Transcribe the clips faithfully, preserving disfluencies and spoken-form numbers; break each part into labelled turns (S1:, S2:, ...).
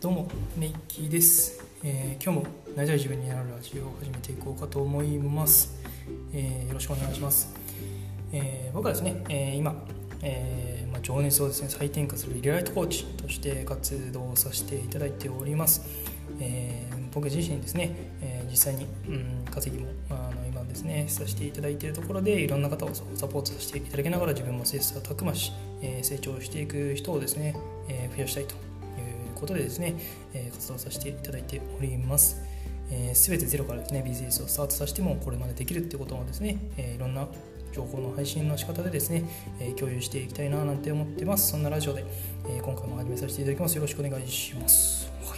S1: どうもネイキーです、えー、今日もなりたい自分になるラジオを始めていこうかと思います、えー、よろしくお願いします、えー、僕はですね、えー、今、えーまあ、情熱をですね再転化するリライトコーチとして活動させていただいております、えー、僕自身ですね、えー、実際に、うん、稼ぎもあの今ですねさせていただいているところでいろんな方をサポートさせていただきながら自分も切磋琢磨し、えー、成長していく人をですね、えー、増やしたいということでですね、えー、活動させていただいております。えー、全てゼロからですねビジネスをスタートさせてもこれまでできるってことをですね、えー、いろんな情報の配信の仕方でですね、えー、共有していきたいななんて思ってます。そんなラジオで、えー、今回も始めさせていただきます。よろしくお願いします。はい、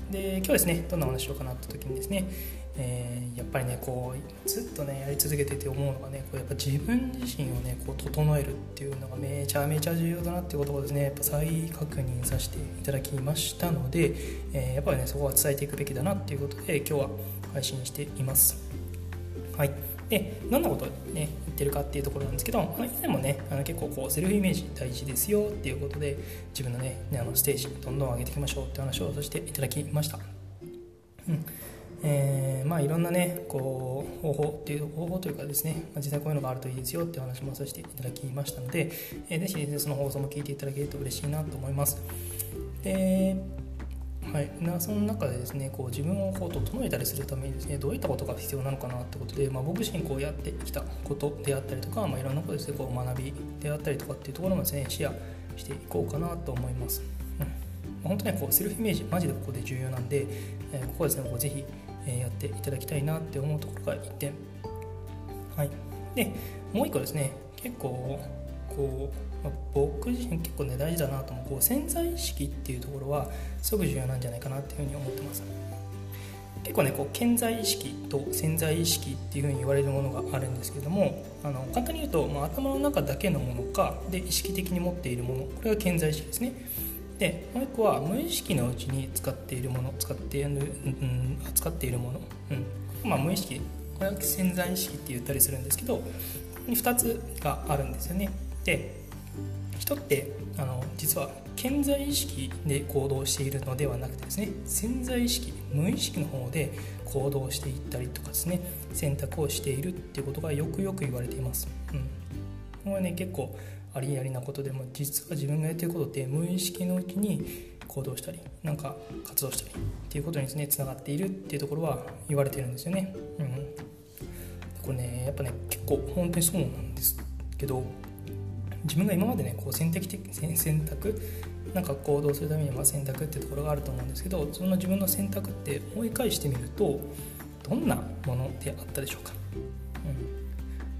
S1: で今日ですねどんなお話しようかなって時にですね、えー、やっぱりねこうずっとねやり続けてて思うのがねこうやっぱ自分自身をねこう整えるっていうのがめちゃめちゃ重要だなっていうことをですねやっぱ再確認させていただきましたので、えー、やっぱりねそこは伝えていくべきだなっていうことで今日は配信しています。はい、でどんなことを、ね、言ってるかっていうところなんですけど、まあ、以前もねあの結構こうセルフイメージ大事ですよっていうことで自分のねあのステージどんどん上げていきましょうって話をさせていただきました。うんえー、まあいろんなねこう方法っていう方法というかですね実際こういうのがあるといいですよっていう話もさせていただきましたので、えー、ぜひですねその放送も聞いていただけると嬉しいなと思います。ではい、なその中でですねこう自分をこう整えたりするためにですねどういったことが必要なのかなってことで、まあ、僕自身こうやってきたことであったりとか、まあ、いろんなことですねこう学びであったりとかっていうところもですねシェアしていこうかなと思います。うん、本当にこうセルフイメージマジでここで重要なんで、えー、ここはですねこうぜひ、えー、やっていただきたいなって思うところがいってん。はい、でもう一個ですね結構こう、まあ、僕自身結構ね大事だなと思うこう潜在意識っていうところはすごく重要なんじゃないかなっていうふうに思ってます。結構ねこう顕在意識と潜在意識っていうふうに言われるものがあるんですけれどもあの簡単に言うと、まあ、頭の中だけのものかで意識的に持っているものこれが顕在意識ですね。でもう一個は無意識のうちに使っているもの使っている、うん、扱っているもの、うんまあ、無意識これは潜在意識って言ったりするんですけどふたつがあるんですよね。で人ってあの実は顕在意識で行動しているのではなくてですね潜在意識無意識の方で行動していったりとかですね選択をしているっていうことがよくよく言われています。うん、これはね結構ありありなことでも実は自分がやっていることって無意識のうちに行動したりなんか活動したりっていうことにですねつながっているっていうところは言われてるんですよね。うん、これねやっぱね結構本当にそうなんですけど自分が今までねこう選択的選択なんか行動するためには選択っていうところがあると思うんですけどその自分の選択って思い返してみるとどんなものであったでしょうか。うん、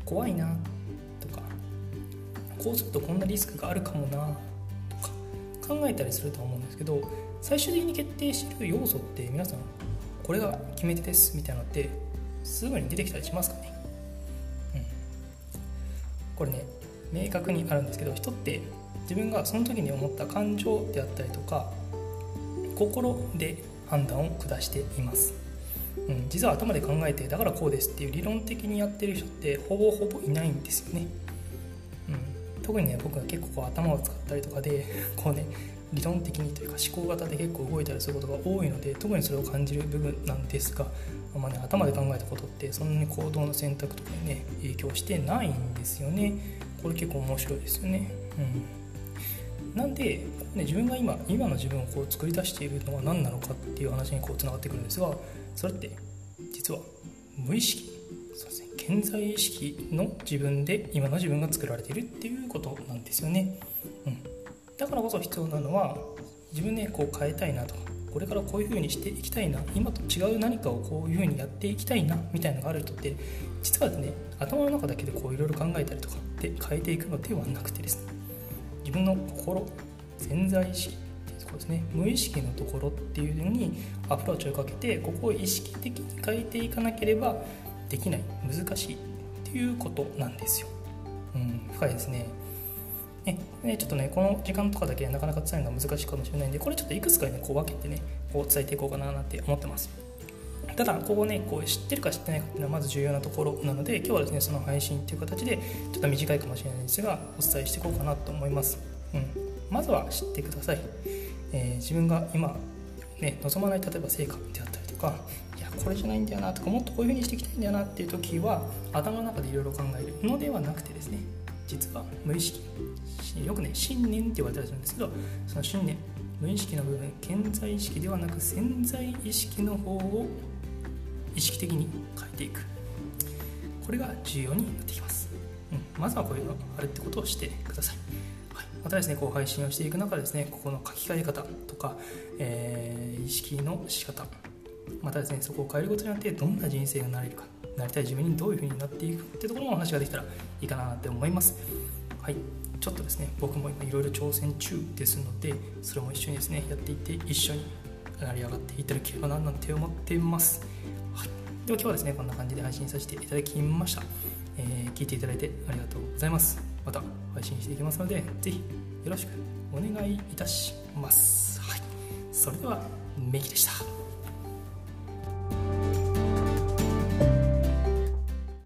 S1: 怖いなとかこうするとこんなリスクがあるかもなとか考えたりすると思うんですけど最終的に決定している要素って皆さんこれが決め手ですみたいなのってすぐに出てきたりしますかね。うん、これね明確にあるんですけど人って自分がその時に思った感情であったりとか心で判断を下しています。うん、実は頭で考えてだからこうですっていう理論的にやってる人ってほぼほぼいないんですよね。うん、特にね僕は結構こう頭を使ったりとかでこうね理論的にというか思考型で結構動いたりすることが多いので特にそれを感じる部分なんですが、まあね、頭で考えたことってそんなに行動の選択とかにね影響してないんですよね。これ結構面白いですよね。うん、なんで、ね、自分が今今の自分をこう作り出しているのは何なのかっていう話にこうつながってくるんですがそれって実は無意識そうですね顕在意識の自分で今の自分が作られているっていうことなんですよね。うん、だからこそ必要なのは自分でこう変えたいなとかこれからこういう風にしていきたいな今と違う何かをこういう風にやっていきたいなみたいなのがある人って実はですね頭の中だけでこういろいろ考えたりとかで変えていくのではなくてですね自分の心潜在意識っていうところですね無意識のところっていうのにアプローチをかけてここを意識的に変えていかなければできない難しいっていうことなんですよ。うん、深いですね。ね、ちょっとねこの時間とかだけなかなか伝えるのは難しいかもしれないんでこれちょっといくつかねこう分けてねこう伝えていこうかななんて思ってます。ただここねこう知ってるか知ってないかっていうのはまず重要なところなので今日はですねその配信っていう形でちょっと短いかもしれないんですがお伝えしていこうかなと思います。うん、まずは知ってください。 えー、自分が今、ね、望まない例えば成果であったりとか、いやこれじゃないんだよなとか、もっとこういう風にしていきたいんだよなっていう時は頭の中でいろいろ考えるのではなくてですね、実は無意識、よくね信念って言われたりするんですけど、その信念、無意識の部分、顕在意識ではなく潜在意識の方を意識的に変えていく、これが重要になってきます、うん、まずはこういうのあるってことをしてください、はい、またですね、こう配信をしていく中でですね、ここの書き換え方とか、えー、意識の仕方、またですね、そこを変えることによってどんな人生がなれるか、なりたい自分にどういう風になっていくってところもお話ができたらいいかなって思います。はい、ちょっとですね、僕も今いろいろ挑戦中ですので、それも一緒にですねやっていって一緒に成り上がっていただければななんて思っています。はい、では今日はですねこんな感じで配信させていただきました。えー、聞いていただいてありがとうございます。また配信していきますので、ぜひよろしくお願いいたします。はい、それではメキでした。